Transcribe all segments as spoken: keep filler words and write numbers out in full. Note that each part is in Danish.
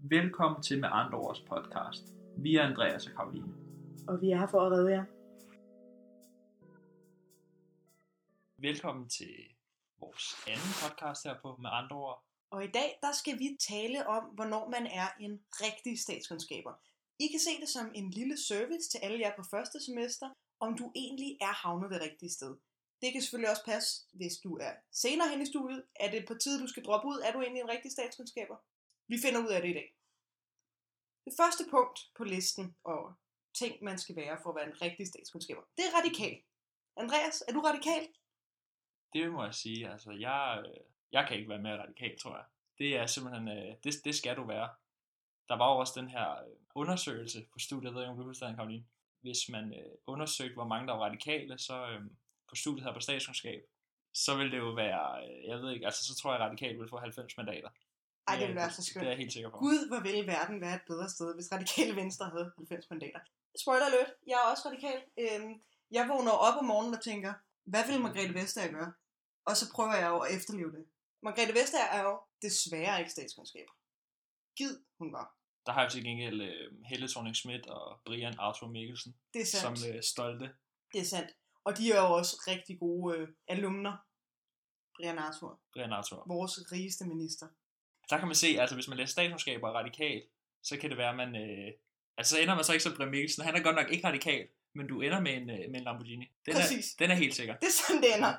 Velkommen til Med Andre Ords podcast. Vi er Andreas og Karoline. Og vi er her for at redde jer. Velkommen til vores anden podcast her på Med Andre Ord. Og i dag, der skal vi tale om, hvornår man er en rigtig statskundskaber. I kan se det som en lille service til alle jer på første semester, om du egentlig er havnet det rigtige sted. Det kan selvfølgelig også passe, hvis du er senere hen i studiet. Er det på tide, du skal droppe ud? Er du egentlig en rigtig statskundskaber? Vi finder ud af det i dag. Det første punkt på listen og ting, man skal være for at være en rigtig statskundskaber, det er radikal. Andreas, er du radikal? Det må jeg sige. Altså, jeg, jeg kan ikke være mere radikal, tror jeg. Det er simpelthen, det, det skal du være. Der var jo også den her undersøgelse på studiet, jeg ved ikke, om du husker den, Karoline. Hvis man undersøgte, hvor mange der var radikale, så på studiet her på statskundskab, så vil det jo være, jeg ved ikke, altså så tror jeg, at radikal vil få halvfems mandater. Ej, det ville være så skønt. Det er jeg helt sikker på. Gud, hvor ville verden være et bedre sted, hvis Radikale Venstre havde halvfems mandater. Spoiler alert, jeg er også radikal. Øhm, jeg vågner op om morgenen og tænker, hvad vil Margrethe Vestager gøre? Og så prøver jeg jo at efterleve det. Margrethe Vestager er jo desværre ikke statskundskaber. Gid hun var. Der har jeg til gengæld uh, Helle Thorning-Schmidt og Brian Arthur Mikkelsen det er sandt. som uh, stolte. Det er sandt. Og de er jo også rigtig gode uh, alumner. Brian Arthur. Brian Arthur. Vores rigeste minister. Der kan man se, altså hvis man læser statskundskaber og radikal, så kan det være, at man, øh, altså så ender man så ikke som Brian Mikkelsen. Han er godt nok ikke radikal, men du ender med en, øh, med en Lamborghini. Den Præcis. Er, den er helt sikker. Det er sådan, det ender.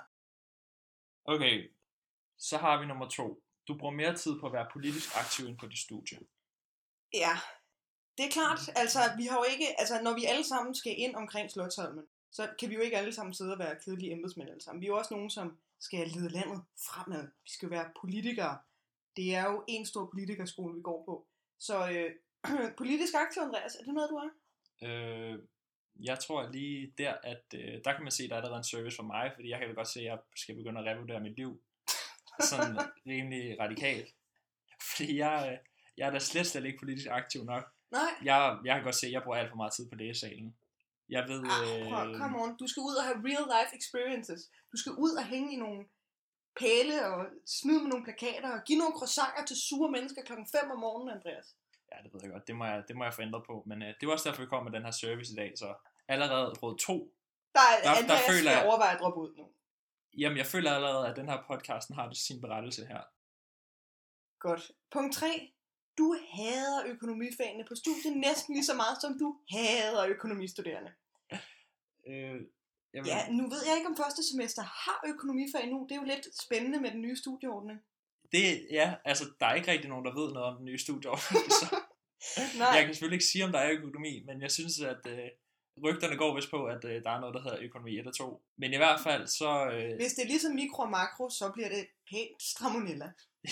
Okay, så har vi nummer to. Du bruger mere tid på at være politisk aktiv end på dit studie. Ja, det er klart. Altså, vi har jo ikke, altså når vi alle sammen skal ind omkring Slotsholmen, så kan vi jo ikke alle sammen sidde og være kedelige embedsmænd alle sammen. Vi er jo også nogen, som skal lede landet fremad. Vi skal være politikere. Det er jo en stor politikerskole, vi går på. Så øh, politisk aktiv, Andreas, er det noget, du er? Øh, jeg tror lige der, at øh, der kan man se, at der er allerede en service for mig, fordi jeg kan vel godt se, at jeg skal begynde at revurdere mit liv. Sådan rimelig radikalt. Fordi jeg, øh, jeg er da slet, slet ikke politisk aktiv nok. Nej. Jeg, jeg kan godt se, at jeg bruger alt for meget tid på læsesalen. Jeg ved... Ah, prøv, come on. Du skal ud og have real life experiences. Du skal ud og hænge i nogle pæle og smide med nogle plakater og give nogle croissanter til sure mennesker klokken fem om morgenen, Andreas. Ja, det ved jeg godt. Det må jeg, det må jeg få ændret på. Men øh, det var også derfor, vi kom med den her service i dag. Så allerede råd to. Der, der, Andreas der føler skal jeg, overveje at droppe ud nu. Jamen, jeg føler allerede, at den her podcasten har det sin berettelse her. Godt. Punkt tre. Du hader økonomifagene på studiet næsten lige så meget, som du hader økonomistuderende. Øh, Jamen. Ja, nu ved jeg ikke, om første semester har økonomifag nu. Det er jo lidt spændende med den nye studieordning. Det, ja, altså, der er ikke rigtig nogen, der ved noget om den nye studieordning. Så Nej. Jeg kan selvfølgelig ikke sige, om der er økonomi, men jeg synes, at øh, rygterne går vist på, at øh, der er noget, der hedder økonomi et og to. Men i hvert fald, så... Øh, Hvis det er ligesom mikro og makro, så bliver det pænt stramonella.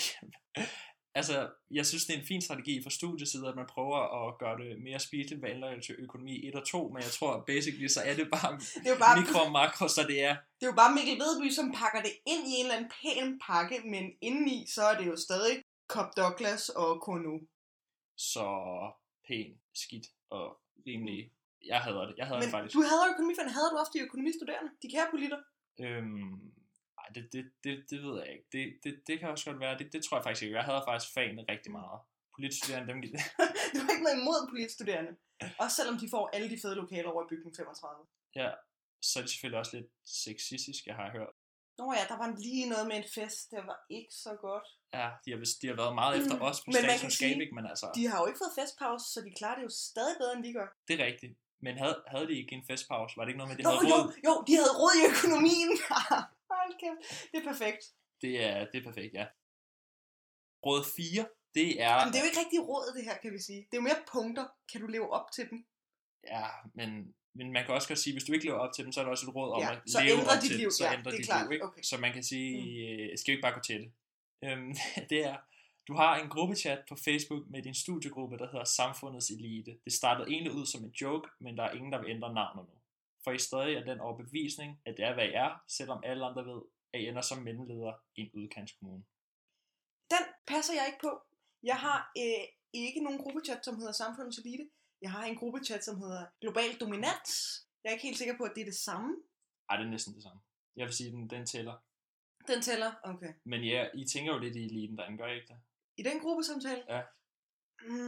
Altså, jeg synes, det er en fin strategi fra studiesiden, at man prøver at gøre det mere spiseligt, hvad ændrer til økonomi et og to, men jeg tror, basically, så er det bare, det er bare mikro og makro, så det er... Det er jo bare Mikkel Vedby, som pakker det ind i en eller anden pæn pakke, men indeni, så er det jo stadig Cobb Douglas og Cornu. Så pæn, skidt og rimelig... Jeg hader det, jeg hader men det faktisk. Du hader økonomifagene, hader du også de økonomistuderende? De kære politter? Øhm... Nej, det, det, det, det ved jeg ikke. Det, det, det kan også godt være. Det, det tror jeg faktisk ikke. Jeg havde faktisk fagene rigtig meget. Politstuderende, dem gider. Du har ikke noget imod politstuderende. Også selvom de får alle de fede lokaler over i bygning femogtredive. Ja, så er det selvfølgelig også lidt sexistisk, jeg har hørt. Nå ja, der var lige noget med en fest. Det var ikke så godt. Ja, de har, de har været meget efter os på statskundskab, ikke? Men altså... De har jo ikke fået festpause, så de klarer det jo stadig bedre, end vi gør. Det er rigtigt. Men havde, havde de ikke en festpause? Var det ikke noget med, de Nå, havde råd? Jo, jo, de havde råd i økonomien. Hold kæft, det er perfekt. Det er, det er perfekt, ja. Råd fire, det er... Men det er jo ikke rigtig råd, det her, kan vi sige. Det er jo mere punkter. Kan du leve op til dem? Ja, men, men man kan også godt sige, hvis du ikke lever op til dem, så er der også et råd om ja, at så leve op dit til liv. dem. Så ja, ændrer det er dit klart. liv, ikke? Okay. Så man kan sige, mm. øh, skal vi ikke bare gå til det? Øhm, det er, du har en gruppechat på Facebook med din studiegruppe, der hedder Samfundets Elite. Det startede egentlig ud som en joke, men der er ingen, der vil ændre navnet nu. For I stadig er den overbevisning, at det er, hvad I er, selvom alle andre ved, at I ender som mellemleder i en udkantskommune. Den passer jeg ikke på. Jeg har øh, ikke nogen gruppechat, som hedder Samfundets Elite. Jeg har en gruppechat, som hedder Global Dominans. Jeg er ikke helt sikker på, at det er det samme. Ej, det er næsten det samme. Jeg vil sige, den, den tæller. Den tæller? Okay. Men ja, I tænker jo lidt i eliten derinde, gør I ikke det? I den gruppesamtale? Ja. Mm,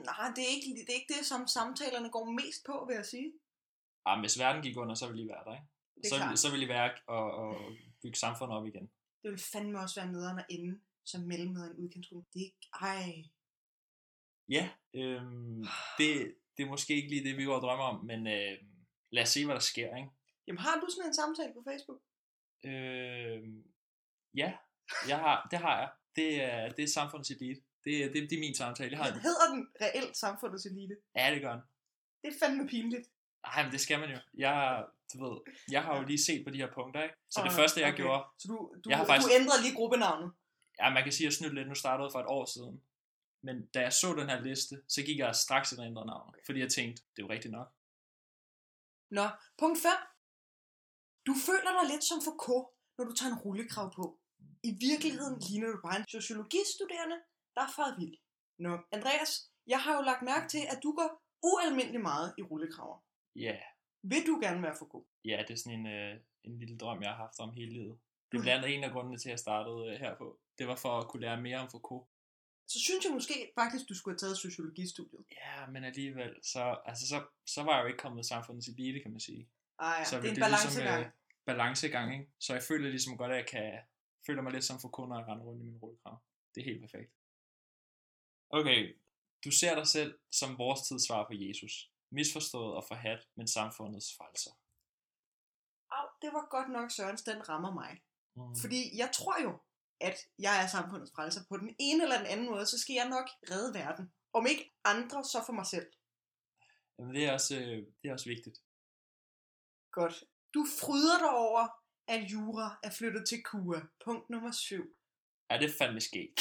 nej, det er, ikke, det er ikke det, som samtalerne går mest på, vil jeg sige. Ah, hvis verden gik under, så ville I være der, ikke? Så, klart. så ville I være og, og bygge samfundet op igen. Det ville fandme også være nederen at ende som mellemleder i en udkantsskole. Det er ikke... Ej. Ja, øhm, det, det er måske ikke lige det, vi går og drømmer om, men øh, lad os se, hvad der sker, ikke? Jamen, har du sådan en samtale på Facebook? Øhm, ja, jeg har, det har jeg. Det er, det er samfundets elite. Det, det, det er min samtale. Jeg har en... Hedder den reelt samfundets elite? Ja, det gør den. Det er fandme pinligt. Ej, men det skal man jo. Jeg, du ved, jeg har jo lige set på de her punkter, ikke? Så oh, det første, jeg okay. gjorde... Så du, du, jeg har faktisk... du ændrede lige gruppenavnet? Ja, man kan sige, at jeg snødte lidt. Nu startede for et år siden. Men da jeg så den her liste, så gik jeg straks ind og ændrede navn. Fordi jeg tænkte, det er jo rigtigt nok. Nå, punkt fem. Du føler dig lidt som Foucault, når du tager en rullekrav på. I virkeligheden ligner du bare en sociologistuderende, der er faret vild. Nå, Andreas, jeg har jo lagt mærke til, at du går ualmindelig meget i rullekraver. Ja. Yeah. Vil du gerne være Foucault? Ja, det er sådan en, øh, en lille drøm, jeg har haft om hele livet. Det er blandt andet en af grundene til, at jeg startede øh, herpå. Det var for at kunne lære mere om Foucault. Så synes jeg måske faktisk, du skulle have taget sociologistudiet. Ja, men alligevel, så, altså, så, så var jeg jo ikke kommet samfundets elite, kan man sige. Ah, ja. Så det er en det balancegang. Ligesom, øh, balancegang, ikke? Så jeg føler ligesom godt, at jeg kan føler mig lidt som Foucault, når jeg render rundt i min rullekrav. Det er helt perfekt. Okay, du ser dig selv som vores tids svar på Jesus. Misforstået og forhadt, men samfundets frelser. Au, det var godt nok, Sørens, den rammer mig. Mm. Fordi jeg tror jo, at jeg er samfundets frelser. På den ene eller den anden måde, så skal jeg nok redde verden. Om ikke andre, så for mig selv. Jamen, det er også, øh, det er også vigtigt. Godt. Du fryder dig over, at jura er flyttet til Kua. Punkt nummer syv. Ja, det er fandme skægt.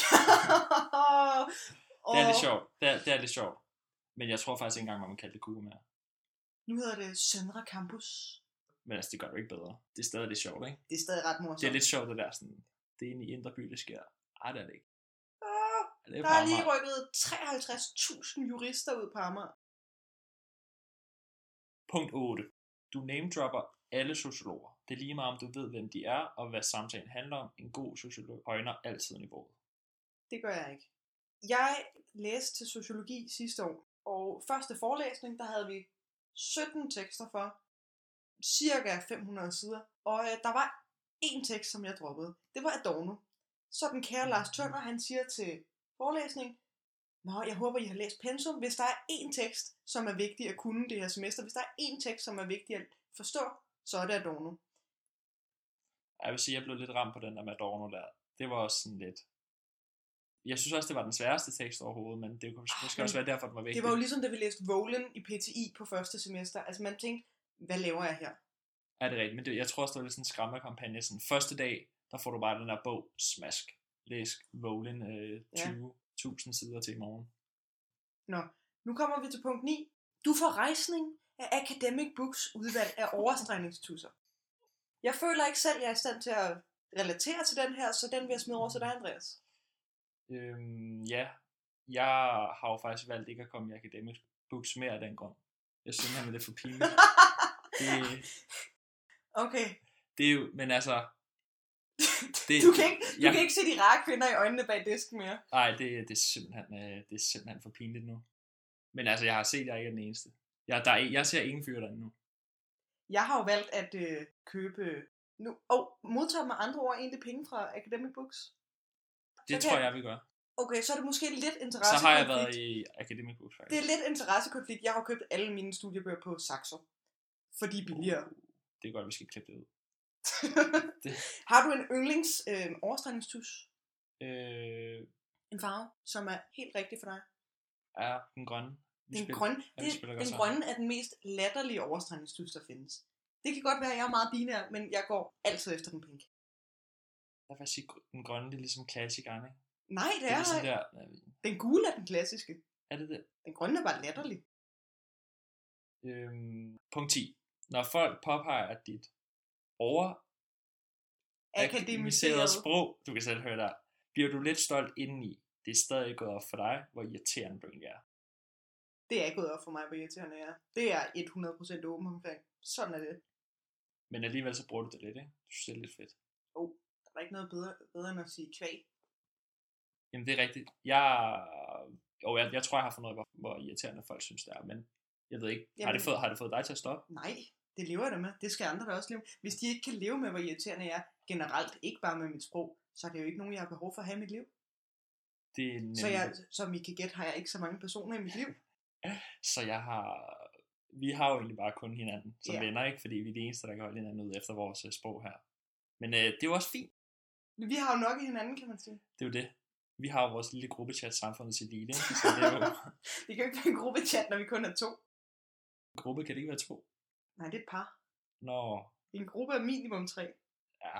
Og det er lidt sjovt. Det er, det er lidt sjovt. Men jeg tror faktisk ikke engang, man må kalde det Kua mere. Nu hedder det Søndre Campus. Men altså, det gør det ikke bedre. Det er stadig lidt sjovt, ikke? Det er stadig ret morsomt. Det er lidt sjovt, det der sådan, det er inde i Indre By, det sker. Ej, det er det ikke. Ah, er det der er lige rykket treoghalvtreds tusind jurister ud på Amager. Punkt otte. Du name-dropper alle sociologer. Det er lige meget, om du ved, hvem de er, og hvad samtalen handler om. En god sociolog højner altid niveauet. Det gør jeg ikke. Jeg læste til sociologi sidste år, og første forelæsning, der havde vi sytten tekster for, cirka fem hundrede sider, og øh, der var en tekst, som jeg droppede. Det var Adorno. Så den kære Lars Tønder, han siger til forelæsning, nå, jeg håber, I har læst pensum. Hvis der er én tekst, som er vigtig at kunne det her semester, hvis der er én tekst, som er vigtig at forstå, så er det Adorno. Jeg vil sige, at jeg blev lidt ramt på den der med Adorno der. Det var også sådan lidt... Jeg synes også, det var den sværeste tekst overhovedet, men det kunne måske ah, også være derfor, den var vigtig. Det var jo ligesom, da vi læste Vålen i P T I på første semester. Altså man tænkte, hvad laver jeg her? Ja, det er rigtigt, men det, jeg tror også, det var lidt sådan en skræmmekampagne. Sådan, første dag, der får du bare den der bog, smask. Læs Vålen øh, tyve tusind sider til i morgen. Nå, nu kommer vi til punkt ni. Du får rejsning af Academic Books udvalg af overstregningstusser. Jeg føler ikke selv, jeg er i stand til at relatere til den her, så den vil jeg smide over til dig, Andreas. Øhm, ja, jeg har jo faktisk valgt ikke at komme i Academic Books mere af den grund. Jeg synes, han er lidt for pinligt. det, okay. Det er jo, men altså... Det, du kan ikke, du jeg, kan ikke se de rare kvinder i øjnene bag disken mere. Nej, det, det, er simpelthen, det er simpelthen for pinligt nu. Men altså, jeg har set, at jeg ikke er den eneste. Jeg, der er, jeg ser ingen fyre derinde nu. Jeg har jo valgt at øh, købe... Nu, og modtager med andre ord egentlig penge fra Academic Books. Det så tror jeg, jeg vil gøre. Okay, så er det måske lidt interessekonflikt. Så har jeg været i Academic Books, faktisk. Det er lidt interessekonflikt. Jeg har købt alle mine studiebøger på Saxo. Fordi billigere. Uh, det er godt, vi skal klippe det ud. det. Har du en yndlings øh, overstregningstus? Øh... En farve, som er helt rigtig for dig? Ja, den grønne. Vi den spiller, grønne, ja, det, den sammen. grønne er den mest latterlige overstregningstus, der findes. Det kan godt være, at jeg er meget binær, men jeg går altid efter den pink. Jeg vil sige, den grønne, det er ligesom klassikeren, ikke? Nej, det, det er, er ligesom der. Den gule er den klassiske. Er det det? Den grønne er bare latterlig. Øhm, punkt ti. Når folk påpeger, at dit over akademiseret sprog, du kan selv høre der, bliver du lidt stolt indeni. Det er stadig gået op for dig, hvor irriterende du egentlig er. Det er gået op for mig, hvor irriterende jeg er. Det er hundrede procent åben omkring. Sådan er det. Men alligevel så bruger du det lidt, ikke? Du synes det er lidt fedt. Oh, der er ikke noget bedre, bedre end at sige kvæg. Jamen det er rigtigt. Jeg Jo, jeg, jeg tror, jeg har fundet ud af, hvor, hvor irriterende folk synes, det er, men jeg ved ikke, Jamen, har, det fået, har det fået dig til at stoppe? Nej, det lever jeg da med. Det skal andre da også leve. Hvis de ikke kan leve med, hvor irriterende jeg er, generelt, ikke bare med mit sprog, så er det jo ikke nogen, jeg har behov for at have i mit liv. Det er nemlig... Så jeg, som I kan gætte, har jeg ikke så mange personer i mit liv. Så jeg har... Vi har jo egentlig bare kun hinanden som Ja. venner, ikke? Fordi vi er de eneste, der kan holde hinanden ud efter vores øh, sprog her. Men øh, det er jo også fint. Men vi har jo nok i hinanden, kan man sige. Det er jo det. Vi har jo vores lille gruppechat, samfundets elite, ikke? Så det er jo... Det kan jo ikke være en gruppechat, når vi kun er to. En gruppe kan det ikke være to. Nej, det er et par. Nå, En gruppe er minimum tre. ja.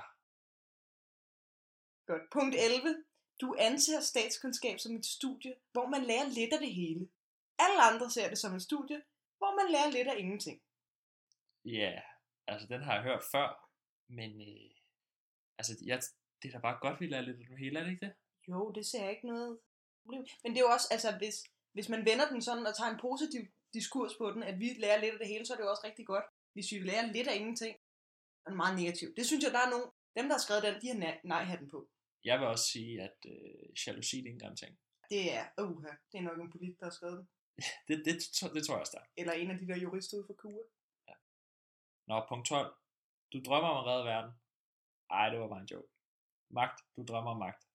Godt. Punkt elleve. Du anser statskundskab som et studie, hvor man lærer lidt af det hele. Alle andre ser det som et studie, hvor man lærer lidt af ingenting. Ja, altså den har jeg hørt før. Men øh, altså, jeg, det er da bare godt, vi lærer lidt af det hele, er det ikke det? Jo, det ser jeg ikke noget problem. Men det er jo også, altså hvis, hvis man vender den sådan og tager en positiv diskurs på den, at vi lærer lidt af det hele, så er det jo også rigtig godt. Hvis vi lærer lidt af ingenting, er det meget negativt. Det synes jeg, der er nogen, dem der har skrevet den, de har na- nej-hatten på. Jeg vil også sige, at øh, jalousi det er en gang ting. Det er, uha, det er nok en polit, der har skrevet den. Det, det, det, det tror jeg også, der er. Eller en af de der jurister ude for K U A. Ja. Nå, punkt tolv. Du drømmer om at redde verden. Ej, det var bare en joke. Magt. Du drømmer om magt.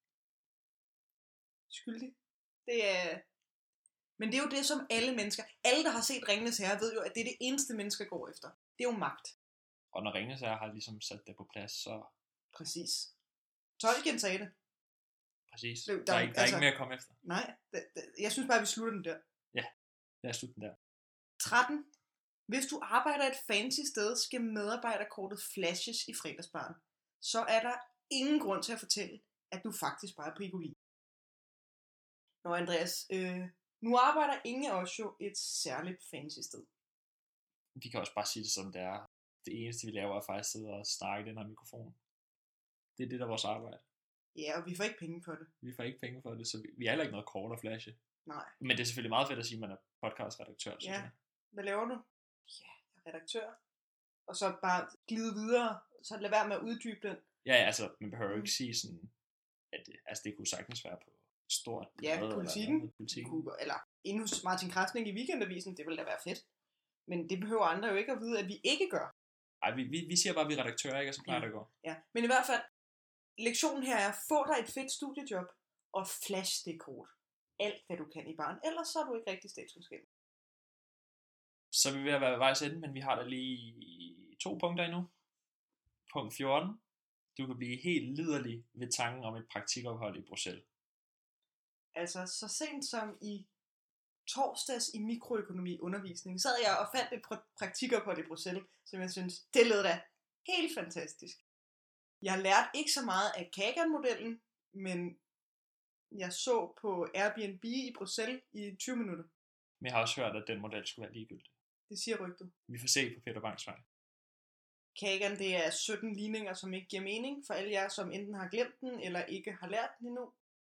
Skyldig. Det er... Men det er jo det, som alle mennesker, alle der har set Ringenes Herre, ved jo, at det er det eneste, mennesker går efter. Det er jo magt. Og når Ringenes Herre har ligesom sat det på plads, så... Præcis. Tolkien sagde det. Præcis. Der, Der er, ikke, der er altså, ikke mere at komme efter. Nej, det, det, jeg synes bare, vi slutter den der. Lad os slutte den der. tretten. Hvis du arbejder et fancy sted, skal medarbejderkortet flashes i fredagsbaren. Så er der ingen grund til at fortælle, at du faktisk bare er på Igolin. Nå Andreas, øh, nu arbejder ingen af os jo et særligt fancy sted. Vi kan også bare sige det som det er. Det eneste vi laver er faktisk sidde og snakke i den her mikrofon. Det er det der er vores arbejde. Ja, og vi får ikke penge for det. Vi får ikke penge for det, så vi, vi er heller ikke noget kort at flashe. Nej. Men det er selvfølgelig meget fedt at sige, at man er podcastredaktør. Synes Ja. jeg. Hvad laver du? Ja, jeg er redaktør. Og så bare glide videre, så lad være med at uddybe den. Ja, altså, man behøver jo ikke sige sådan, at det, altså, det kunne sagtens være på stort. Ja, blad Politikken. Eller, noget, politikken. Kunne- Eller inde hos Martin Krasnik i Weekendavisen, det ville da være fedt. Men det behøver andre jo ikke at vide, at vi ikke gør. Ej, vi, vi, vi siger bare, at vi er redaktører, ikke? Og så plejer Ja. det at gå. Ja, men i hvert fald, lektionen her er, få dig et fedt studiejob, og flash det kort. Alt, hvad du kan i barn. Ellers så er du ikke rigtig statskundskab. Så er vi ved at være ved vejs ende, men vi har da lige to punkter endnu. Punkt fjorten. Du kan blive helt liderlig ved tanken om et praktikophold i Bruxelles. Altså, så sent som i torsdags i mikroøkonomi undervisning, sad jeg og fandt et pra- praktikophold i Bruxelles, som jeg synes, det lød da helt fantastisk. Jeg har lært ikke så meget af Kagan-modellen, men jeg så på Airbnb i Bruxelles i tyve minutter. Men jeg har også hørt, at den model skulle være ligegyldig. Det siger rygtet. Vi får se på Peter Bangs vej. Kagan, det er sytten ligninger, som ikke giver mening for alle jer, som enten har glemt den, eller ikke har lært den endnu.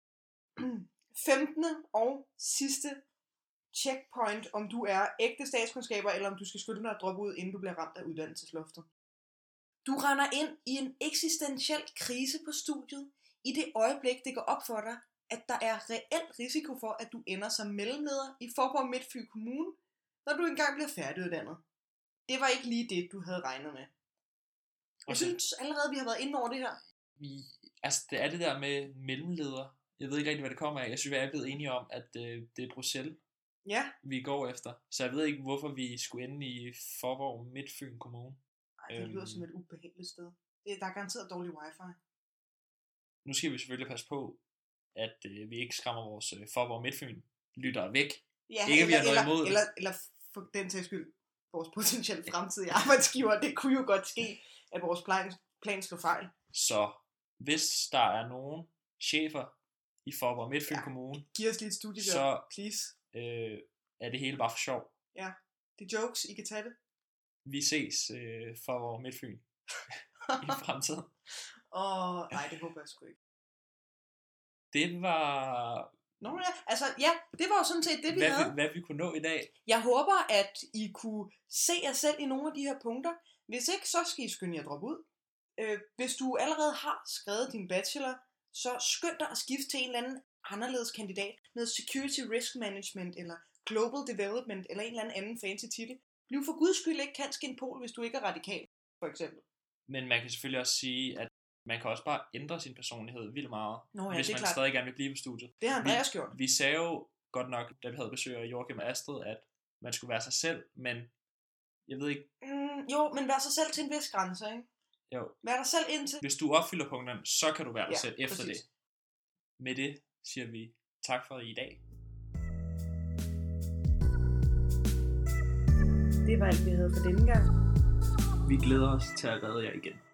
femtende og sidste checkpoint, om du er ægte statskundskaber, eller om du skal skynde dig at droppe ud, inden du bliver ramt af uddannelsesloftet. Du render ind i en eksistentiel krise på studiet, i det øjeblik, det går op for dig, at der er reel risiko for, at du ender som mellemleder i Faaborg Midtfyn Kommune, når du engang bliver færdiguddannet. Det var ikke lige det, du havde regnet med. Jeg Okay. synes allerede, vi har været inde over det her. Vi, altså, det er det der med mellemledere. Jeg ved ikke rigtig, hvad det kommer af. Jeg synes, vi er blevet enige om, at øh, det er Bruxelles, Ja. vi går efter. Så jeg ved ikke, hvorfor vi skulle ende i Faaborg Midtfyn Kommune. Ej, det lyder Øhm. som et ubehageligt sted. Det, der er garanteret dårlig wifi. Nu skal vi selvfølgelig passe på, at øh, vi ikke skræmmer vores øh, Faaborg Midtfyn lyttere væk. Ja, Ikke, at vi har noget eller, imod det. eller, eller for den sags skyld, vores potentielle fremtidige arbejdsgiver, det kunne jo godt ske, at vores plan, plan slog fejl. Så hvis der er nogen chefer i Faaborg Midtfyn Ja. Kommune, Giv os lige et studiejob, Så- please. øh, er det hele bare for sjov. Det er jokes, I kan tage det. Vi ses øh, Faaborg Midtfyn i fremtiden. Og nej, det håber jeg sgu ikke. Det var, Nå ja, altså ja, det var jo sådan set det, vi hvad havde. vi, hvad vi kunne nå i dag. Jeg håber, at I kunne se jer selv i nogle af de her punkter. Hvis ikke, så skal I skynde jer at droppe ud. Øh, hvis du allerede har skrevet din bachelor, så skynd dig at skifte til en eller anden anderledes kandidat, noget security risk management, eller global development, eller en eller anden fancy titel. Bliv for guds skyld ikke kansk en pol, hvis du ikke er radikal, for eksempel. Men man kan selvfølgelig også sige, at man kan også bare ændre sin personlighed vildt meget, Nå, ja, hvis det er man klart. stadig gerne vil blive på studiet. Det har Andreas gjort. Vi sagde jo godt nok, da vi havde besøg af Joachim og Astrid, at man skulle være sig selv, men jeg ved ikke... Mm, jo, men vær sig selv til en vis grænse, ikke? Jo. Vær dig selv indtil... Hvis du opfylder punkterne, så kan du være dig Ja, selv efter præcis. det. Med det siger vi tak for i dag. Det var alt, vi havde for denne gang. Vi glæder os til at redde jer igen.